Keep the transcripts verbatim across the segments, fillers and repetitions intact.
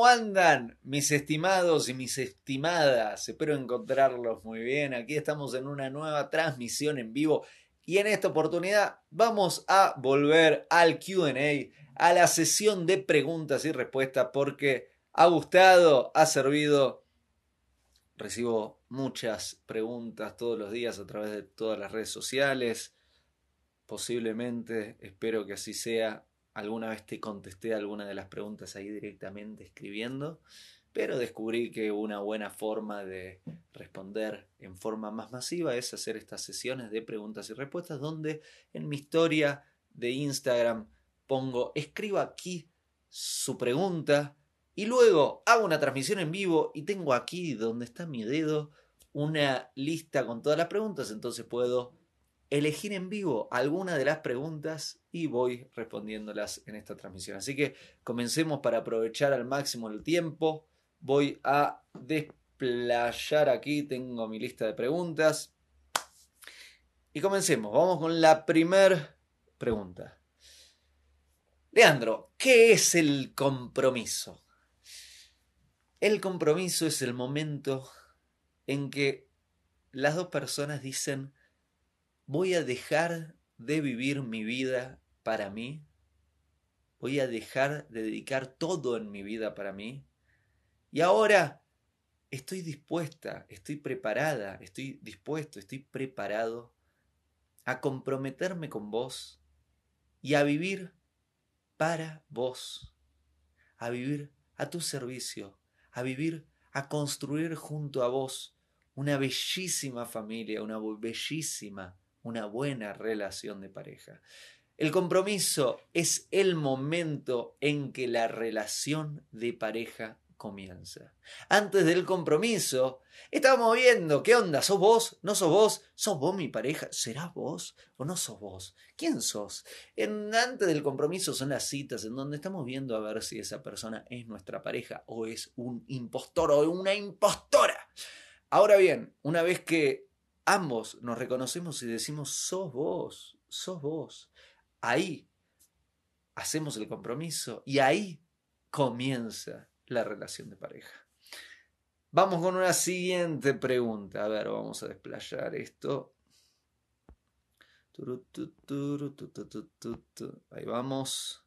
andan mis estimados y mis estimadas? Espero encontrarlos muy bien. Aquí estamos en una nueva transmisión en vivo y en esta oportunidad vamos a volver al Q and A, a la sesión de preguntas y respuestas, porque ha gustado, ha servido. Recibo muchas preguntas todos los días a través de todas las redes sociales. Posiblemente, espero que así sea, alguna vez te contesté alguna de las preguntas ahí directamente escribiendo, pero descubrí que una buena forma de responder en forma más masiva es hacer estas sesiones de preguntas y respuestas, donde en mi historia de Instagram pongo, escriba aquí su pregunta y luego hago una transmisión en vivo y tengo aquí donde está mi dedo una lista con todas las preguntas, entonces puedo elegir en vivo alguna de las preguntas y voy respondiéndolas en esta transmisión. Así que comencemos para aprovechar al máximo el tiempo. Voy a desplayar aquí, tengo mi lista de preguntas. Y comencemos, vamos con la primera pregunta. Leandro, ¿qué es el compromiso? El compromiso es el momento en que las dos personas dicen: voy a dejar de vivir mi vida para mí. Voy a dejar de dedicar todo en mi vida para mí. Y ahora estoy dispuesta, estoy preparada, estoy dispuesto, estoy preparado a comprometerme con vos y a vivir para vos, a vivir a tu servicio, a vivir, a construir junto a vos una bellísima familia, una bellísima, una buena relación de pareja. El compromiso es el momento en que la relación de pareja comienza. Antes del compromiso, estábamos viendo, ¿qué onda? ¿Sos vos? ¿No sos vos? ¿Sos vos mi pareja? ¿Serás vos o no sos vos? ¿Quién sos? En, antes del compromiso son las citas en donde estamos viendo a ver si esa persona es nuestra pareja o es un impostor o una impostora. Ahora bien, una vez que ambos nos reconocemos y decimos, sos vos, sos vos, ahí hacemos el compromiso y ahí comienza la relación de pareja. Vamos con una siguiente pregunta. A ver, vamos a desplayar esto. Ahí vamos.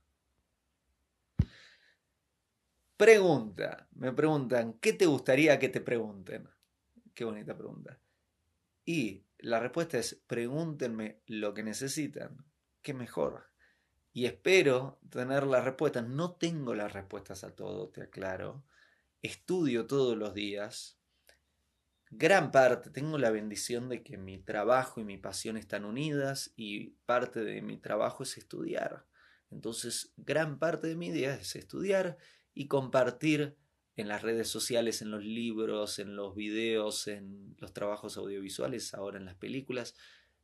Pregunta. Me preguntan, ¿qué te gustaría que te pregunten? Qué bonita pregunta. Y la respuesta es, pregúntenme lo que necesitan. Qué mejor. Y espero tener las respuestas. No tengo las respuestas a todo, te aclaro. Estudio todos los días. Gran parte, tengo la bendición de que mi trabajo y mi pasión están unidas y parte de mi trabajo es estudiar. Entonces, gran parte de mi día es estudiar y compartir en las redes sociales, en los libros, en los videos, en los trabajos audiovisuales, ahora en las películas.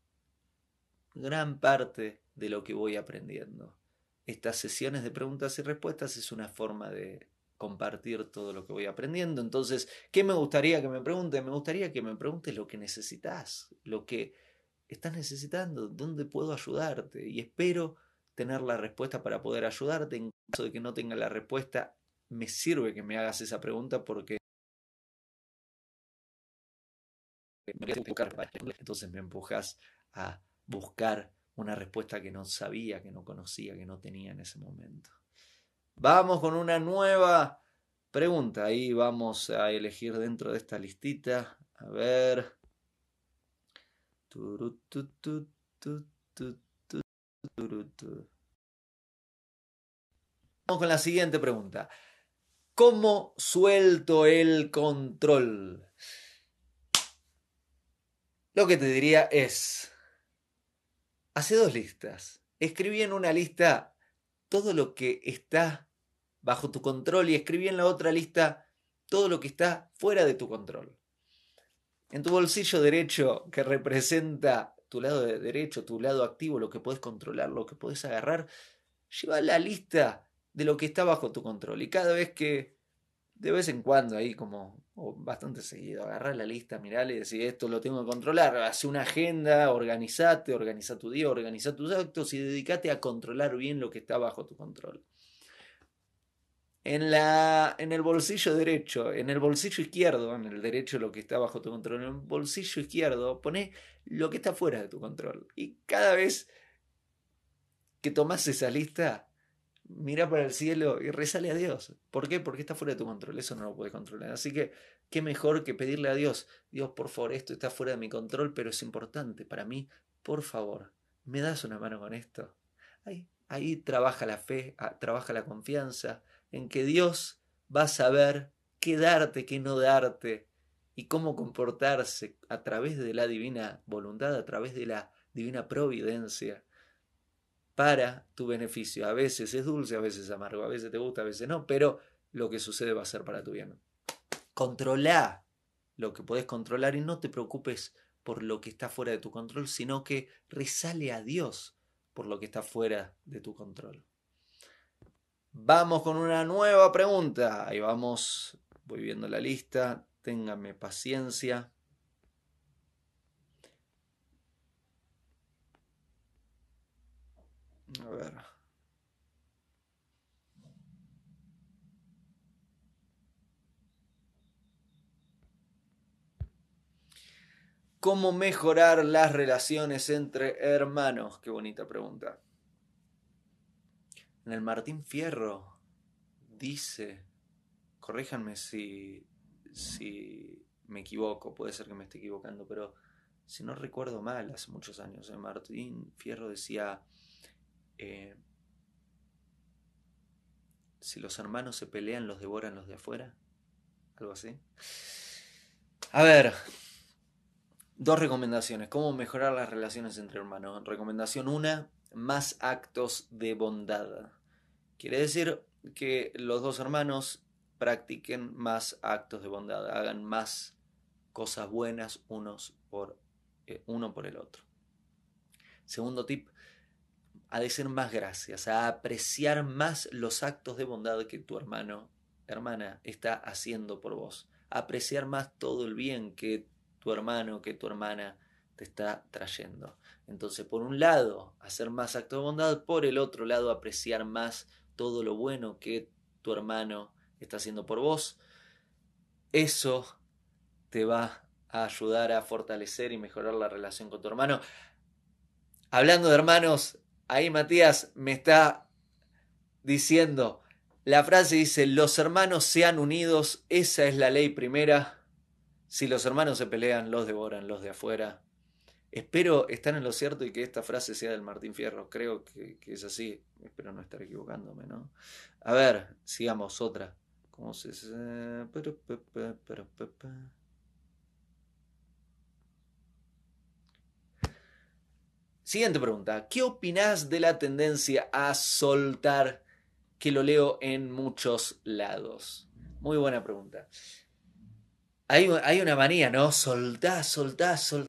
Gran parte de lo que voy aprendiendo. Estas sesiones de preguntas y respuestas es una forma de compartir todo lo que voy aprendiendo. Entonces, ¿qué me gustaría que me preguntes? Me gustaría que me preguntes lo que necesitas, lo que estás necesitando, dónde puedo ayudarte. Y espero tener la respuesta para poder ayudarte. En caso de que no tenga la respuesta, me sirve que me hagas esa pregunta porque entonces me empujas a buscar una respuesta que no sabía, que no conocía, que no tenía en ese momento. Vamos con una nueva pregunta. Ahí vamos a elegir dentro de esta listita. A ver. Vamos con la siguiente pregunta. ¿Cómo suelto el control? Lo que te diría es, hace dos listas. Escribí en una lista todo lo que está bajo tu control y escribí en la otra lista todo lo que está fuera de tu control. En tu bolsillo derecho, que representa tu lado derecho, tu lado activo, lo que puedes controlar, lo que puedes agarrar, lleva la lista de lo que está bajo tu control. Y cada vez que, de vez en cuando, ahí como o bastante seguido, agarrás la lista, mirale y decís, esto lo tengo que controlar. Haz una agenda, organizate, organiza tu día, organiza tus actos y dedícate a controlar bien lo que está bajo tu control. en, la, en el bolsillo derecho, en el bolsillo izquierdo, en el derecho lo que está bajo tu control, en el bolsillo izquierdo poné lo que está fuera de tu control. Y cada vez que tomás esa lista, mira para el cielo y rezale a Dios. ¿Por qué? Porque está fuera de tu control, eso no lo puedes controlar. Así que, qué mejor que pedirle a Dios, Dios, por favor, esto está fuera de mi control, pero es importante para mí, por favor, ¿me das una mano con esto? Ahí, ahí trabaja la fe, trabaja la confianza en que Dios va a saber qué darte, qué no darte y cómo comportarse a través de la divina voluntad, a través de la divina providencia para tu beneficio. A veces es dulce, a veces es amargo, a veces te gusta, a veces no, pero lo que sucede va a ser para tu bien. Controla lo que podés controlar y no te preocupes por lo que está fuera de tu control, sino que rezale a Dios por lo que está fuera de tu control. Vamos con una nueva pregunta. Ahí vamos, voy viendo la lista, ténganme paciencia. A ver. ¿Cómo mejorar las relaciones entre hermanos? Qué bonita pregunta. En el Martín Fierro dice, corríjanme si, si me equivoco, puede ser que me esté equivocando, pero si no recuerdo mal, hace muchos años, el Martín Fierro decía, eh, si los hermanos se pelean, los devoran los de afuera, algo así. A ver, dos recomendaciones. ¿Cómo mejorar las relaciones entre hermanos? Recomendación una, más actos de bondad. Quiere decir que los dos hermanos practiquen más actos de bondad, hagan más cosas buenas unos por, eh, uno por el otro. Segundo tip, a decir más gracias, a apreciar más los actos de bondad que tu hermano, hermana, está haciendo por vos. A apreciar más todo el bien que tu hermano, que tu hermana te está trayendo. Entonces, por un lado, hacer más actos de bondad, por el otro lado, apreciar más todo lo bueno que tu hermano está haciendo por vos. Eso te va a ayudar a fortalecer y mejorar la relación con tu hermano. Hablando de hermanos, ahí Matías me está diciendo, la frase dice, los hermanos sean unidos, esa es la ley primera. Si los hermanos se pelean, los devoran los de afuera. Espero estar en lo cierto y que esta frase sea del Martín Fierro. Creo que, que es así. Espero no estar equivocándome, ¿no? A ver, sigamos otra. ¿Cómo se...? Siguiente pregunta. ¿Qué opinás de la tendencia a soltar? Que lo leo en muchos lados. Muy buena pregunta. Hay, hay una manía, ¿no? Soltá, soltá, soltá.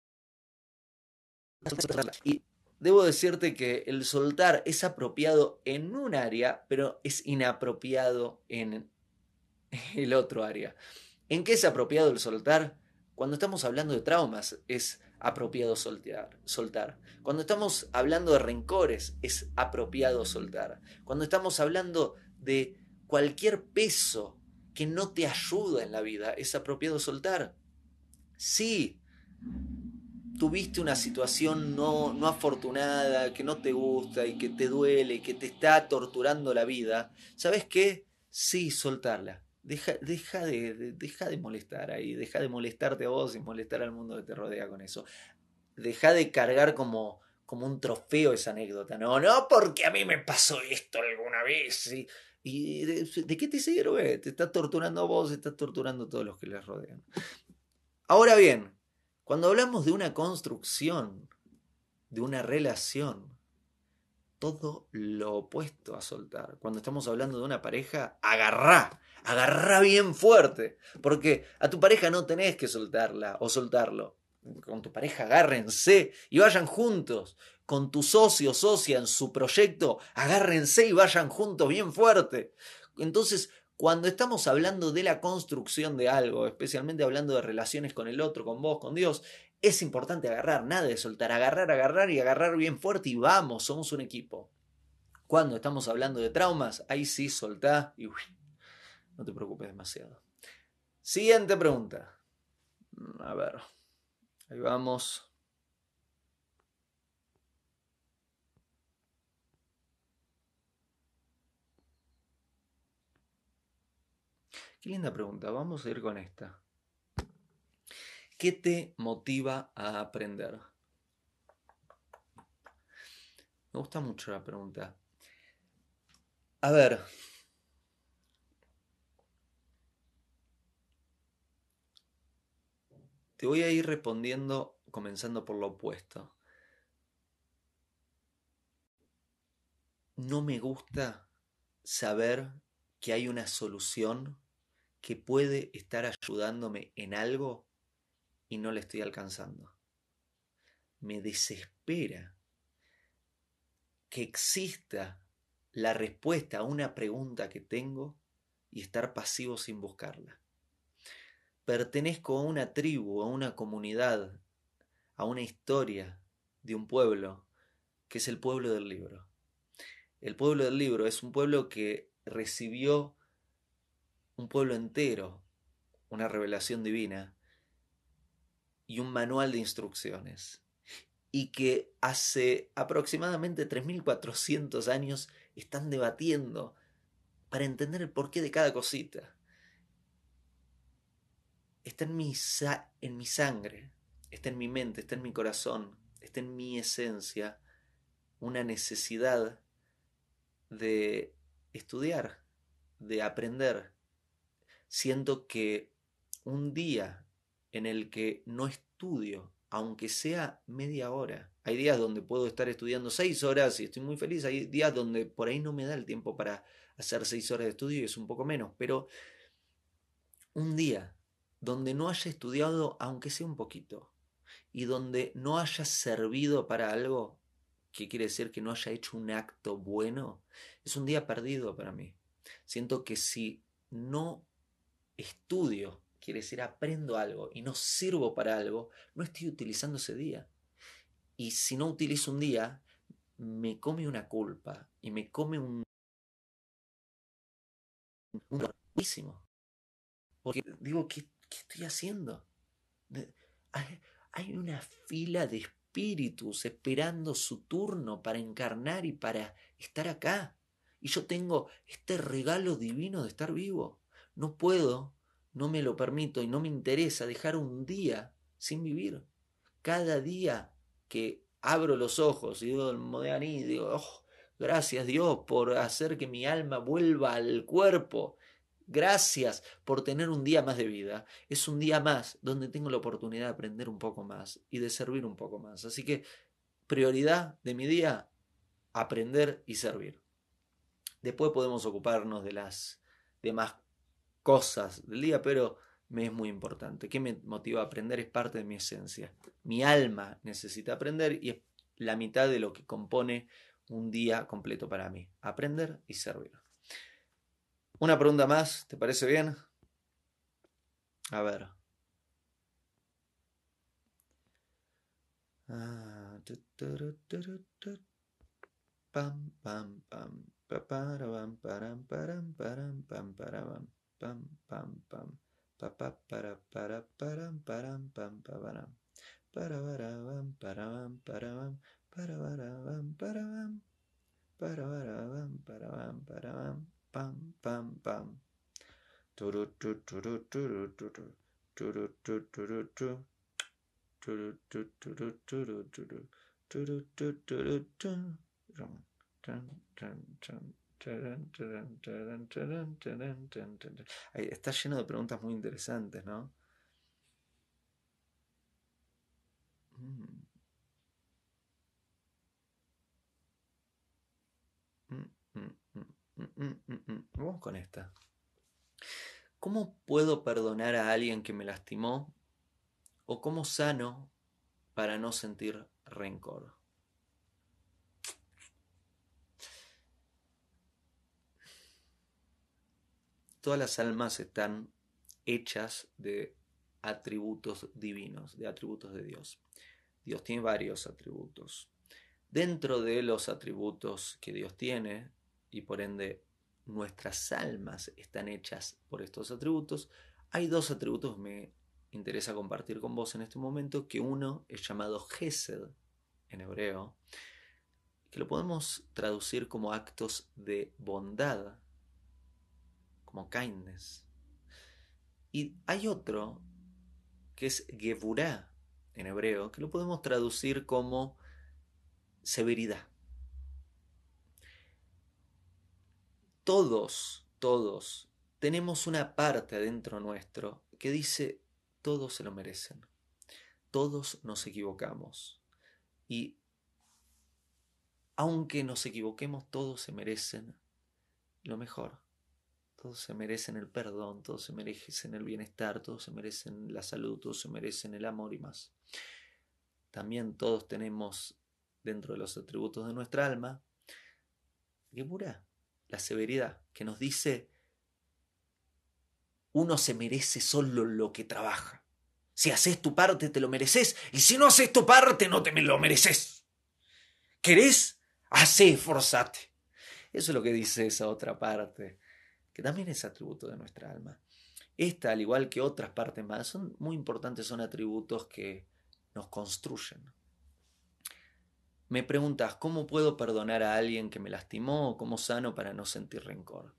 Y debo decirte que el soltar es apropiado en un área, pero es inapropiado en el otro área. ¿En qué es apropiado el soltar? Cuando estamos hablando de traumas es apropiado soltar, soltar. Cuando estamos hablando de rencores es apropiado soltar. Cuando estamos hablando de cualquier peso que no te ayuda en la vida es apropiado soltar. Sí, tuviste una situación no, no afortunada, que no te gusta y que te duele y que te está torturando la vida, ¿sabes qué? Sí, soltarla. Deja, deja, de, de, deja de molestar ahí, deja de molestarte a vos y molestar al mundo que te rodea con eso. Deja de cargar como, como un trofeo esa anécdota. No, no, porque a mí me pasó esto alguna vez. ¿Y, y de, de qué te sirve? Te estás torturando a vos, estás torturando a todos los que les rodean. Ahora bien, cuando hablamos de una construcción, de una relación, todo lo opuesto a soltar. Cuando estamos hablando de una pareja, agarrá, agarrá bien fuerte, porque a tu pareja no tenés que soltarla o soltarlo. Con tu pareja agárrense y vayan juntos. Con tu socio, socia en su proyecto, agárrense y vayan juntos bien fuerte. Entonces, cuando estamos hablando de la construcción de algo, especialmente hablando de relaciones con el otro, con vos, con Dios, es importante agarrar, nada de soltar, agarrar, agarrar y agarrar bien fuerte y vamos, somos un equipo. Cuando estamos hablando de traumas, ahí sí soltá y uy, no te preocupes demasiado. Siguiente pregunta. A ver, ahí vamos. Qué linda pregunta, vamos a ir con esta. ¿Qué te motiva a aprender? Me gusta mucho la pregunta. A ver, te voy a ir respondiendo comenzando por lo opuesto. No me gusta saber que hay una solución que puede estar ayudándome en algo y no la estoy alcanzando. Me desespera que exista la respuesta a una pregunta que tengo y estar pasivo sin buscarla. Pertenezco a una tribu, a una comunidad, a una historia de un pueblo, que es el pueblo del libro. El pueblo del libro es un pueblo que recibió un pueblo entero, una revelación divina y un manual de instrucciones. Y que hace aproximadamente tres mil cuatrocientos años están debatiendo para entender el porqué de cada cosita. Está en mi, sa en mi sangre, está en mi mente, está en mi corazón, está en mi esencia, una necesidad de estudiar, de aprender. Siento que un día en el que no estudio, aunque sea media hora, hay días donde puedo estar estudiando seis horas y estoy muy feliz, hay días donde por ahí no me da el tiempo para hacer seis horas de estudio y es un poco menos, pero un día donde no haya estudiado, aunque sea un poquito, y donde no haya servido para algo, que quiere decir que no haya hecho un acto bueno, es un día perdido para mí. Siento que si no estudio, quiere decir aprendo algo y no sirvo para algo, no estoy utilizando ese día. Y si no utilizo un día, me come una culpa y me come un... un buenísimo. Porque digo, ¿qué, qué estoy haciendo? Hay, hay una fila de espíritus esperando su turno para encarnar y para estar acá. Y yo tengo este regalo divino de estar vivo. No puedo, no me lo permito y no me interesa dejar un día sin vivir. Cada día que abro los ojos y digo el Modeaní, digo, oh, gracias Dios por hacer que mi alma vuelva al cuerpo. Gracias por tener un día más de vida. Es un día más donde tengo la oportunidad de aprender un poco más y de servir un poco más. Así que prioridad de mi día, aprender y servir. Después podemos ocuparnos de las demás cosas del día, pero me es muy importante. ¿Qué me motiva a aprender? Es parte de mi esencia. Mi alma necesita aprender y es la mitad de lo que compone un día completo para mí. Aprender y servir. Una pregunta más, ¿te parece bien? A ver. Ah, tu, tu, tu, tu, tu, pam, pam, pam, pa, para, pam, param, param, param, pam, para, pam, pam, pam, pam, pa, pa, para, para, param, param, pam, pa, param, para, para, pam, para, pam, para, pam, para, para, pam, para, pam, para, para, pam, para, pam, para, pam, pam, pam, pam. Turu, tu, turu, turu, turu, turu, tu, turu, tu. Ay, está lleno de preguntas muy interesantes, ¿no? Mm. Mm, mm, mm, mm, mm, mm, mm. Vamos con esta. ¿Cómo puedo perdonar a alguien que me lastimó? ¿O cómo sano para no sentir rencor? Todas las almas están hechas de atributos divinos, de atributos de Dios. Dios tiene varios atributos. Dentro de los atributos que Dios tiene, y por ende nuestras almas están hechas por estos atributos, hay dos atributos que me interesa compartir con vos en este momento, que uno es llamado Gesed en hebreo, que lo podemos traducir como actos de bondad, como kindness. Y hay otro que es Gevurah en hebreo, que lo podemos traducir como severidad. Todos, todos tenemos una parte adentro nuestro que dice: todos se lo merecen, todos nos equivocamos, y aunque nos equivoquemos, todos se merecen lo mejor, todos se merecen el perdón, todos se merecen el bienestar, todos se merecen la salud, todos se merecen el amor y más. También todos tenemos dentro de los atributos de nuestra alma Gevurah, la severidad, que nos dice: uno se merece solo lo que trabaja. Si haces tu parte te lo mereces, y si no haces tu parte no te lo mereces. ¿Querés? Hacé, esforzate. Eso es lo que dice esa otra parte, que también es atributo de nuestra alma. Esta, al igual que otras partes más, son muy importantes, son atributos que nos construyen. Me preguntas, ¿cómo puedo perdonar a alguien que me lastimó? ¿O cómo sano para no sentir rencor?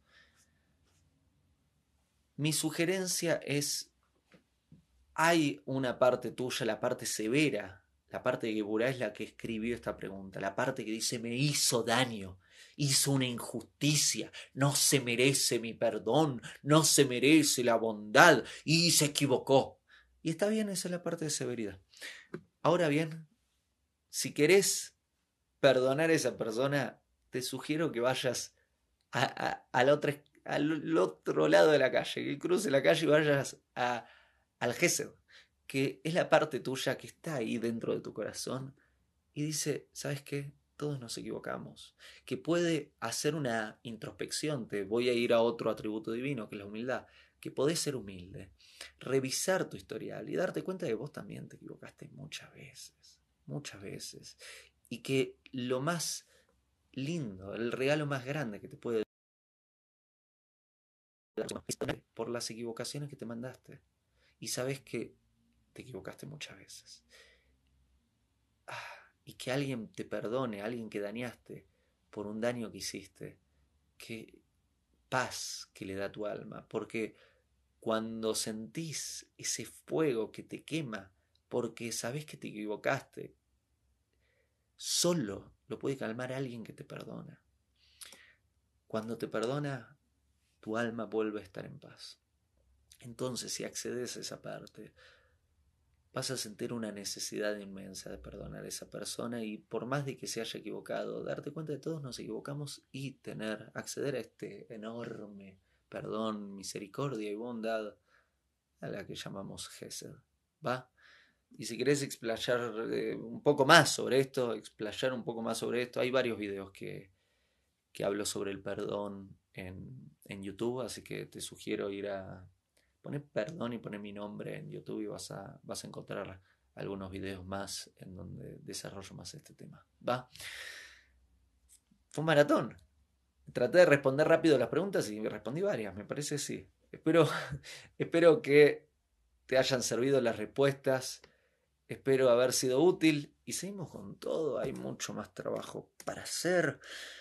Mi sugerencia es: hay una parte tuya, la parte severa, la parte de Gevurah es la que escribió esta pregunta, la parte que dice: me hizo daño, hizo una injusticia, no se merece mi perdón, no se merece la bondad y se equivocó. Y está bien, esa es la parte de severidad. Ahora bien, si querés perdonar a esa persona, te sugiero que vayas a, a, a la otra, al otro lado de la calle, que cruces la calle y vayas a, al Gesed, que es la parte tuya que está ahí dentro de tu corazón y dice: ¿sabes qué? Todos nos equivocamos, que puede hacer una introspección. Te voy a ir a otro atributo divino, que es la humildad, que podés ser humilde, revisar tu historial y darte cuenta de que vos también te equivocaste muchas veces, muchas veces, y que lo más lindo, el regalo más grande que te puede dar es por las equivocaciones que te mandaste, y sabes que te equivocaste muchas veces. Ah, y que alguien te perdone, alguien que dañaste por un daño que hiciste, qué paz que le da a tu alma, porque cuando sentís ese fuego que te quema porque sabés que te equivocaste, solo lo puede calmar alguien que te perdona. Cuando te perdona, tu alma vuelve a estar en paz. Entonces, si accedes a esa parte, vas a sentir una necesidad inmensa de perdonar a esa persona, y por más de que se haya equivocado, darte cuenta de que todos nos equivocamos y tener, acceder a este enorme perdón, misericordia y bondad a la que llamamos Gesed. ¿Va? Y si querés explayar eh, un poco más sobre esto, explayar un poco más sobre esto, hay varios videos que, que hablo sobre el perdón en, en YouTube, así que te sugiero ir a poner perdón y poner mi nombre en YouTube y vas a, vas a encontrar algunos videos más en donde desarrollo más este tema. ¿Va? Fue un maratón. Traté de responder rápido las preguntas y respondí varias, me parece sí. Espero, espero que te hayan servido las respuestas. Espero haber sido útil y seguimos con todo. Hay mucho más trabajo para hacer.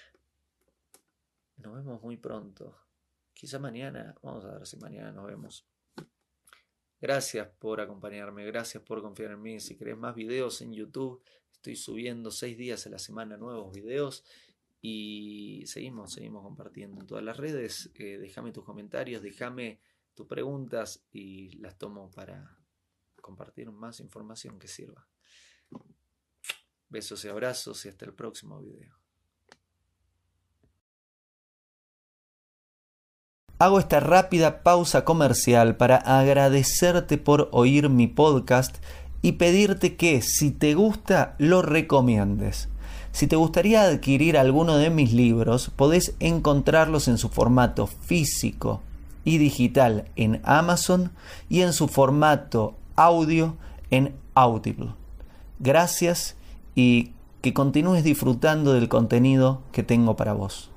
Nos vemos muy pronto. Quizá mañana. Vamos a ver si mañana nos vemos. Gracias por acompañarme. Gracias por confiar en mí. Si querés más videos en YouTube, estoy subiendo seis días a la semana nuevos videos. Y seguimos, seguimos compartiendo en todas las redes. Eh, déjame tus comentarios, déjame tus preguntas y las tomo para compartir más información que sirva. Besos y abrazos y hasta el próximo video. Hago esta rápida pausa comercial para agradecerte por oír mi podcast y pedirte que, si te gusta, lo recomiendes. Si te gustaría adquirir alguno de mis libros, podés encontrarlos en su formato físico y digital en Amazon y en su formato audio en Audible. Gracias y que continúes disfrutando del contenido que tengo para vos.